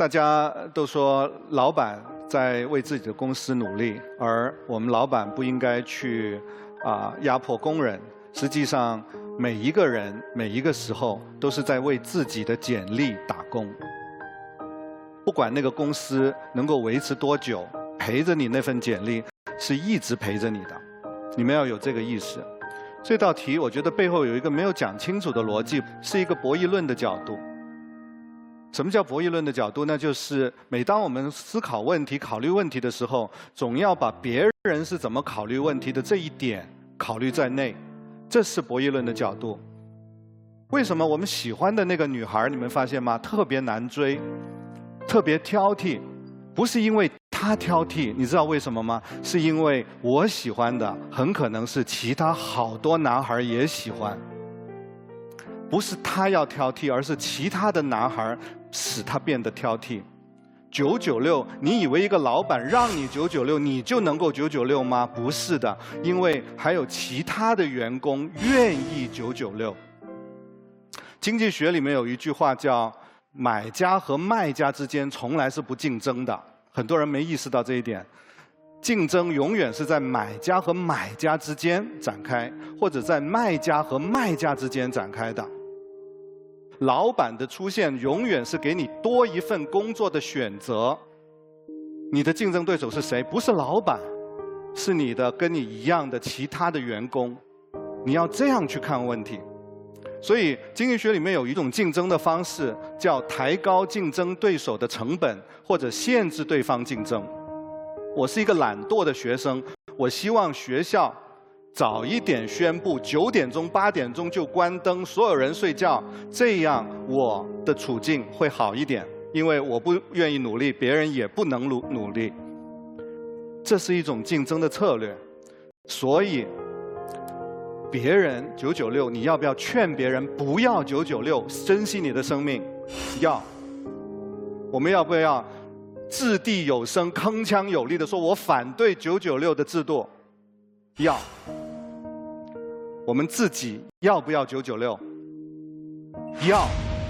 大家都说老板在为自己的公司努力，而我们老板不应该去压迫工人。实际上，每一个人每一个时候都是在为自己的简历打工。不管那个公司能够维持多久，陪着你那份简历是一直陪着你的。你们要有这个意识。这道题我觉得背后有一个没有讲清楚的逻辑，是一个博弈论的角度。什么叫博弈论的角度？那就是每当我们思考问题、考虑问题的时候，总要把别人是怎么考虑问题的这一点考虑在内，这是博弈论的角度。为什么我们喜欢的那个女孩，你们发现吗？特别难追，特别挑剔，不是因为她挑剔，你知道为什么吗？是因为我喜欢的很可能是其他好多男孩也喜欢。不是他要挑剔，而是其他的男孩使他变得挑剔。996，你以为一个老板让你996，你就能够996吗？不是的，因为还有其他的员工愿意996。经济学里面有一句话叫“买家和卖家之间从来是不竞争的”，很多人没意识到这一点。竞争永远是在买家和买家之间展开，或者在卖家和卖家之间展开的。老板的出现永远是给你多一份工作的选择。你的竞争对手是谁？不是老板，是你的跟你一样的其他的员工。你要这样去看问题。所以经济学里面有一种竞争的方式，叫抬高竞争对手的成本，或者限制对方竞争。我是一个懒惰的学生，我希望学校早一点宣布9点钟、8点钟就关灯，所有人睡觉，这样我的处境会好一点。因为我不愿意努力，别人也不能努力。这是一种竞争的策略。所以，别人996，你要不要劝别人不要996，珍惜你的生命？要。我们要不要掷地有声、铿锵有力地说我反对996的制度？要。我们自己要不要996？要。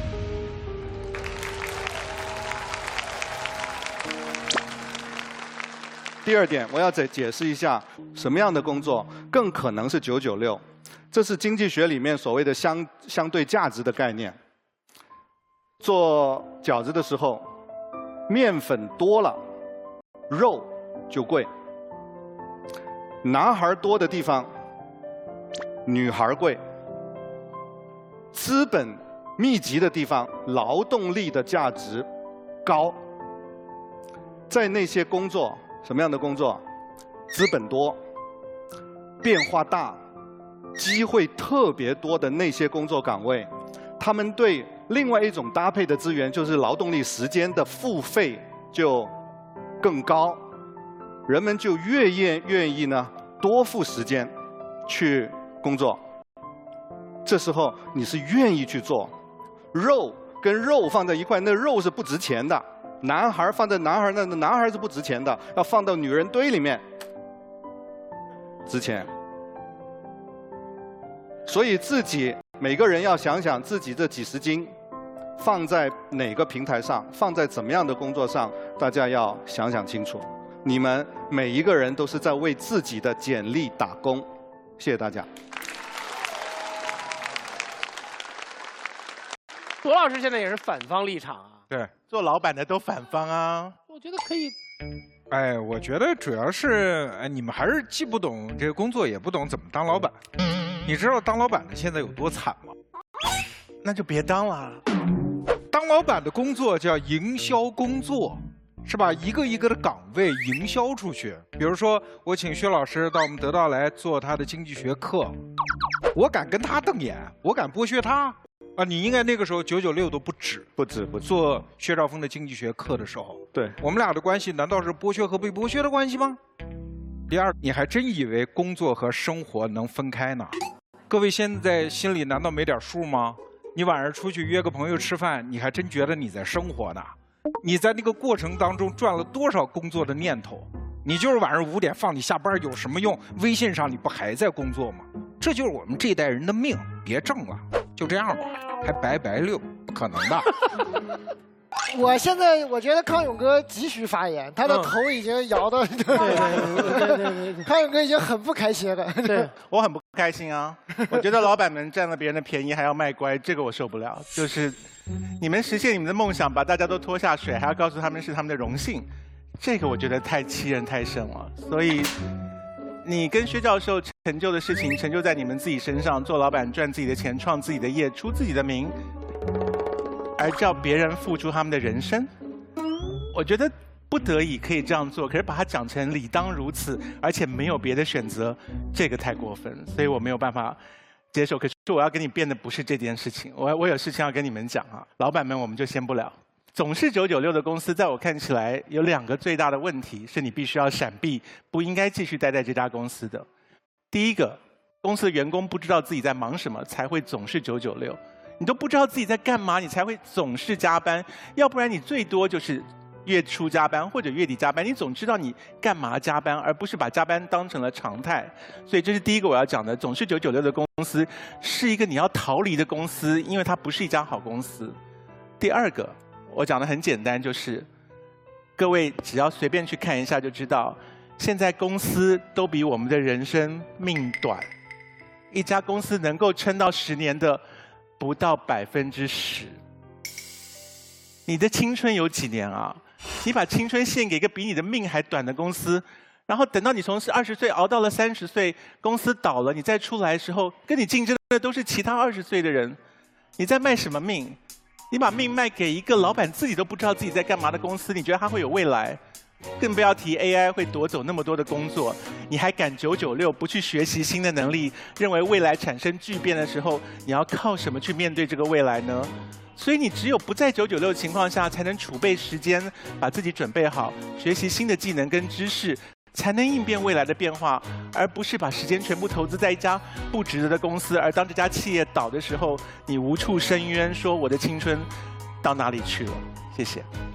第二点，我要再解释一下，什么样的工作更可能是996？这是经济学里面所谓的相对价值的概念。做饺子的时候，面粉多了，肉就贵。男孩多的地方，女孩贵。资本密集的地方，劳动力的价值高。在那些工作，什么样的工作？资本多、变化大、机会特别多的那些工作岗位，他们对另外一种搭配的资源，就是劳动力时间的付费就更高。人们就越愿意呢多付时间去工作。这时候你是愿意去做。肉跟肉放在一块，那肉是不值钱的。男孩放在男孩那，男孩是不值钱的，要放到女人堆里面，值钱。所以自己每个人要想想自己这几十斤放在哪个平台上，放在怎么样的工作上，大家要想想清楚。你们每一个人都是在为自己的简历打工。谢谢大家。 左老师现在也是反方立场啊。 对， 做老板的都反方啊。 我觉得可以。 哎，我觉得主要是你们还是既不懂这个工作，也不懂怎么当老板。你知道当老板的现在有多惨吗？ 那就别当了。 当老板的工作叫营销工作，是吧？一个一个的岗位营销出去。比如说，我请薛老师到我们得到来做他的经济学课，我敢跟他瞪眼，我敢剥削他啊！你应该那个时候996都不止， 不止。 做薛兆丰的经济学课的时候， 对， 我们俩的关系难道是剥削和被剥削的关系吗？第二，你还真以为工作和生活能分开呢？各位现在心里难道没点数吗？你晚上出去约个朋友吃饭，你还真觉得你在生活呢？你在那个过程当中赚了多少工作的念头？你就是晚上5点放你下班有什么用？微信上你不还在工作吗？这就是我们这一代人的命，别挣了，就这样吧，还白溜，不可能的。 我现在我觉得康永哥急需发言，他的头已经摇到，对，康永哥已经很不开心了。对， 我很不开心啊！我觉得老板们占了别人的便宜还要卖乖，这个我受不了。就是你们实现你们的梦想，把大家都拖下水，还要告诉他们是他们的荣幸，这个我觉得太欺人太甚了。所以，你跟薛教授成就的事情，成就在你们自己身上，做老板赚自己的钱，创自己的业，出自己的名，而叫别人付出他们的人生，我觉得不得已可以这样做，可是把它讲成理当如此，而且没有别的选择，这个太过分，所以我没有办法接受。可是我要跟你辩的不是这件事情，我有事情要跟你们讲啊，老板们我们就先不聊。总是996的公司，在我看起来有2个最大的问题，是你必须要闪避，不应该继续待在这家公司的。第一个，公司的员工不知道自己在忙什么，才会总是996。你都不知道自己在干嘛，你才会总是加班。要不然你最多就是月初加班或者月底加班，你总知道你干嘛加班，而不是把加班当成了常态。所以这是第一个我要讲的，总是996的公司是一个你要逃离的公司，因为它不是一家好公司。第二个，我讲的很简单，就是各位只要随便去看一下就知道，现在公司都比我们的人生命短。一家公司能够撑到10年的不到10%。你的青春有几年啊？你把青春献给一个比你的命还短的公司，然后等到你从20岁熬到了30岁，公司倒了，你再出来的时候，跟你竞争的都是其他20岁的人，你在卖什么命？你把命卖给一个老板自己都不知道自己在干嘛的公司，你觉得他会有未来？更不要提 AI 会夺走那么多的工作，你还敢996，不去学习新的能力，认为未来产生巨变的时候，你要靠什么去面对这个未来呢？所以你只有不在996的情况下，才能储备时间，把自己准备好，学习新的技能跟知识，才能应变未来的变化，而不是把时间全部投资在一家不值得的公司，而当这家企业倒的时候，你无处申冤，说我的青春到哪里去了？谢谢。